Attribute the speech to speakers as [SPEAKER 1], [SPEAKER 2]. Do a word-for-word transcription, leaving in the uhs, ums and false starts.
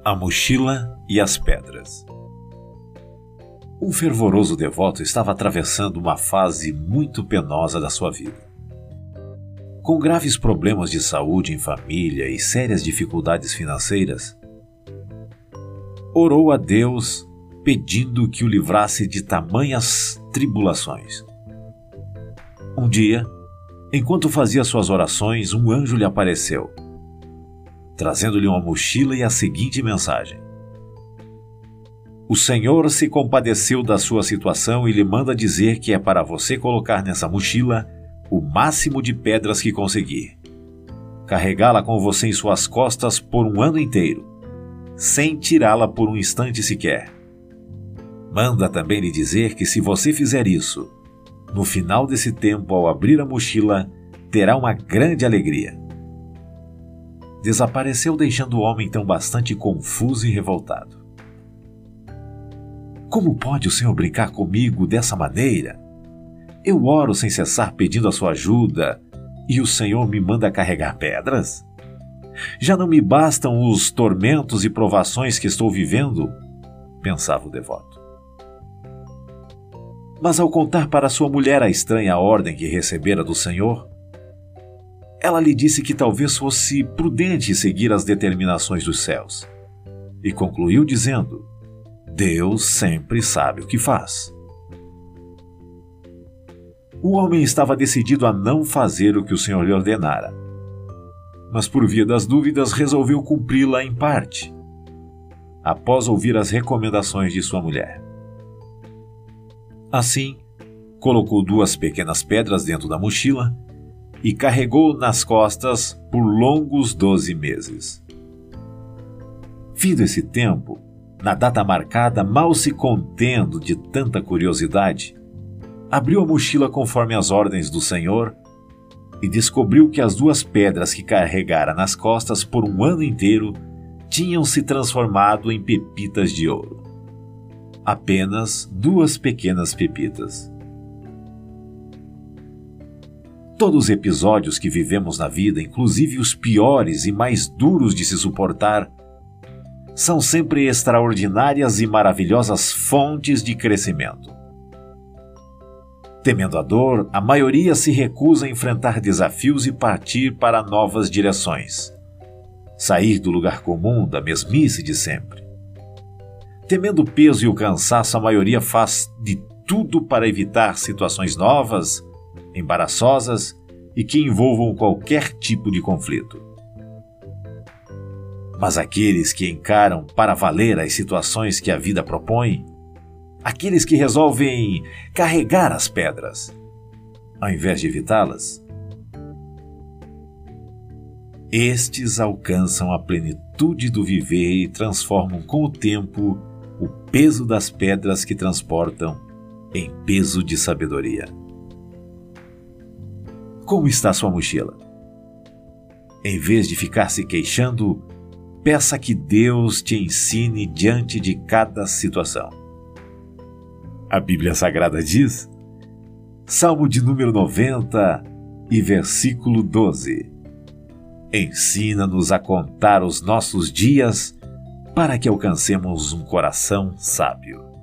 [SPEAKER 1] A mochila e as pedras. Um fervoroso devoto estava atravessando uma fase muito penosa da sua vida. Com graves problemas de saúde em família e sérias dificuldades financeiras, orou a Deus pedindo que o livrasse de tamanhas tribulações. Um dia, enquanto fazia suas orações, um anjo lhe apareceu, trazendo-lhe uma mochila e a seguinte mensagem: O Senhor se compadeceu da sua situação e lhe manda dizer que é para você colocar nessa mochila o máximo de pedras que conseguir. Carregá-la com você em suas costas por um ano inteiro, sem tirá-la por um instante sequer. Manda também lhe dizer que se você fizer isso, no final desse tempo, ao abrir a mochila, terá uma grande alegria. Desapareceu, deixando o homem então bastante confuso e revoltado. Como pode o Senhor brincar comigo dessa maneira? Eu oro sem cessar pedindo a sua ajuda e o Senhor me manda carregar pedras? Já não me bastam os tormentos e provações que estou vivendo? Pensava o devoto. Mas ao contar para sua mulher a estranha ordem que recebera do Senhor, ela lhe disse que talvez fosse prudente seguir as determinações dos céus, e concluiu dizendo: Deus sempre sabe o que faz. O homem estava decidido a não fazer o que o Senhor lhe ordenara, mas por via das dúvidas resolveu cumpri-la em parte, após ouvir as recomendações de sua mulher. Assim, colocou duas pequenas pedras dentro da mochila e carregou nas costas por longos doze meses. Fido esse tempo, na data marcada, mal se contendo de tanta curiosidade, abriu a mochila conforme as ordens do Senhor e descobriu que as duas pedras que carregara nas costas por um ano inteiro tinham se transformado em pepitas de ouro. Apenas duas pequenas pepitas. Todos os episódios que vivemos na vida, inclusive os piores e mais duros de se suportar, são sempre extraordinárias e maravilhosas fontes de crescimento. Temendo a dor, a maioria se recusa a enfrentar desafios e partir para novas direções. Sair do lugar comum, da mesmice de sempre. Temendo o peso e o cansaço, a maioria faz de tudo para evitar situações novas, embaraçosas e que envolvam qualquer tipo de conflito. Mas aqueles que encaram para valer as situações que a vida propõe, aqueles que resolvem carregar as pedras, ao invés de evitá-las, estes alcançam a plenitude do viver e transformam com o tempo o peso das pedras que transportam em peso de sabedoria. Como está sua mochila? Em vez de ficar se queixando, peça que Deus te ensine diante de cada situação. A Bíblia Sagrada diz, Salmo de número noventa e versículo doze: Ensina-nos a contar os nossos dias para que alcancemos um coração sábio.